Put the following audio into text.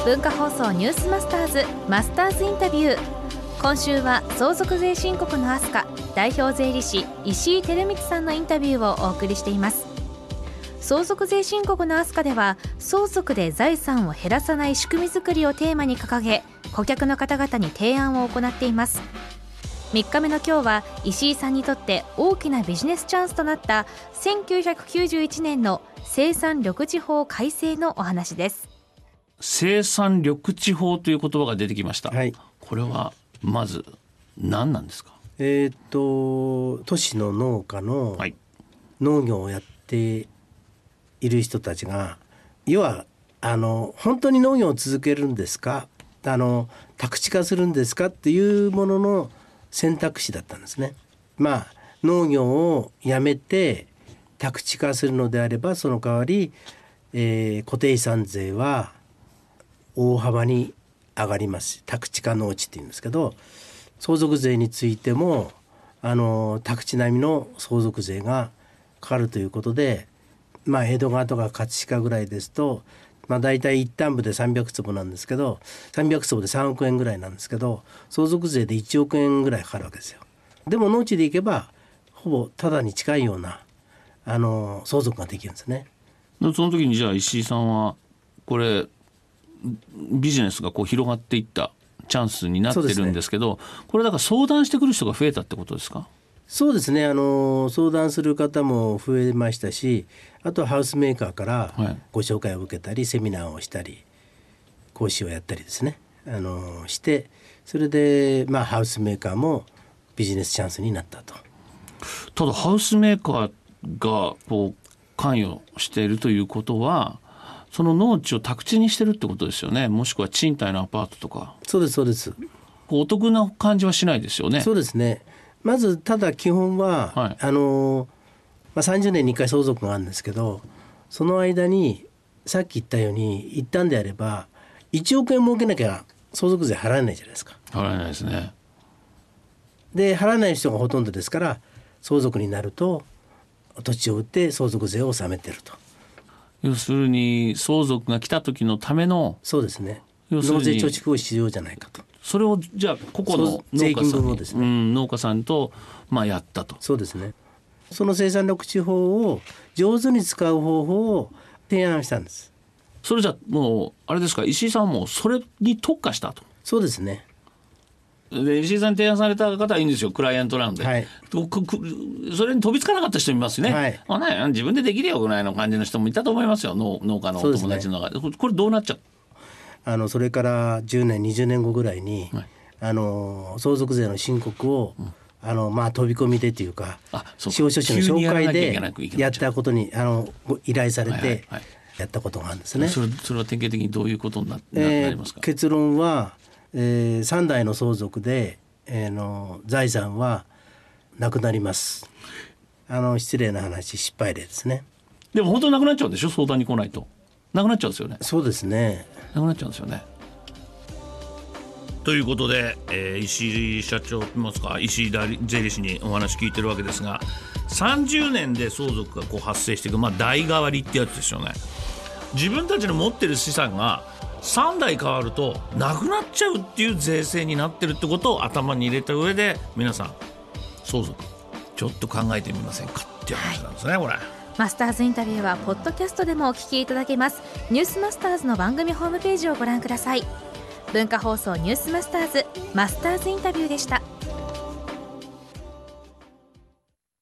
文化放送ニュースマスターズマスターズインタビュー。今週は相続税申告の飛鳥代表税理士石井照光さんのインタビューをお送りしています。相続税申告の飛鳥では相続で財産を減らさない仕組み作りをテーマに掲げ、顧客の方々に提案を行っています。3日目の今日は石井さんにとって大きなビジネスチャンスとなった1991年の生産緑地法改正のお話です。 生産緑地法という言葉が出てきました、 はい、 これはまず何なんですか？ 都市の農家の農業をやっている人たちが、要は本当に農業を続けるんですか、宅地化するんですかっていうものの選択肢だったんですね。農業をやめて宅地化するのであれば、その代わり、固定資産税は大幅に上がります。宅地化農地っていうんですけど、相続税についても宅地並みの相続税がかかるということで、江戸川とか葛飾ぐらいですと、だいたい一旦部で300坪なんですけど、300坪で3億円ぐらいなんですけど、相続税で1億円ぐらいかかるわけですよ。でも農地でいけばほぼタダに近いような相続ができるんですね。 その時にじゃあ石井さんはこれビジネスが広がっていったチャンスになってるんですけど、これだから相談してくる人が増えたってことですか？ そうですね、相談する方も増えましたし、あとはハウスメーカーからご紹介を受けたり、セミナーをしたり講師をやったりですね、して、それでハウスメーカーもビジネスチャンスになったと。 ただハウスメーカーが関与しているということは、その農地を宅地にしてるってことですよね。もしくは賃貸のアパートとか。 そうですそうです。 お得な感じはしないですよね。 そうですね。まずただ基本は、30年に1回相続があるんですけど、その間にさっき言ったように一旦であれば1億円儲けなきゃ相続税払えないじゃないですか。 払えないですね。 で払えない人がほとんどですから、相続になると土地を売って相続税を納めてると。 要するに相続が来た時のための、 そうですね、納税貯蓄を必要じゃないかと。 それをじゃあ個々の農家さんに、 ですね、 農家さんとやったと。 そうですね。その生産緑地法を上手に使う方法を提案したんです。 それじゃもうあれですか、石井さんもそれに特化したと。 そうですね。 で石井さんに提案された方はいいんですよ、クライアントなんで、 はい、 それに飛びつかなかった人もいますね、 はい、 自分でできるよぐらいの感じの人もいたと思いますよ、農家のお友達の中で。これどうなっちゃう？ それから10年20年後ぐらいに、相続税の申告を、飛び込みでというか、司法書士の紹介でやったことに依頼されてやったことがあるんですね。 それは典型的にどういうことになりますか？ 結論は、3代の相続で、財産はなくなります。失礼な話、失敗例ですね。 でも本当になくなっちゃうんでしょ、相談に来ないと。なくなっちゃうんですよね。 そうですね、 なくなっちゃうんですよね。ということで、石井社長ますか、石井税理士にお話聞いてるわけですが、30年で相続が発生していく、代替わりってやつですよね。自分たちの持ってる資産が3代変わるとなくなっちゃうっていう税制になってるってことを頭に入れた上で、皆さん相続ちょっと考えてみませんかっていう話なんですね、これ。 マスターズインタビューはポッドキャストでもお聞きいただけます。ニュースマスターズの番組ホームページをご覧ください。文化放送ニュースマスターズマスターズインタビューでした。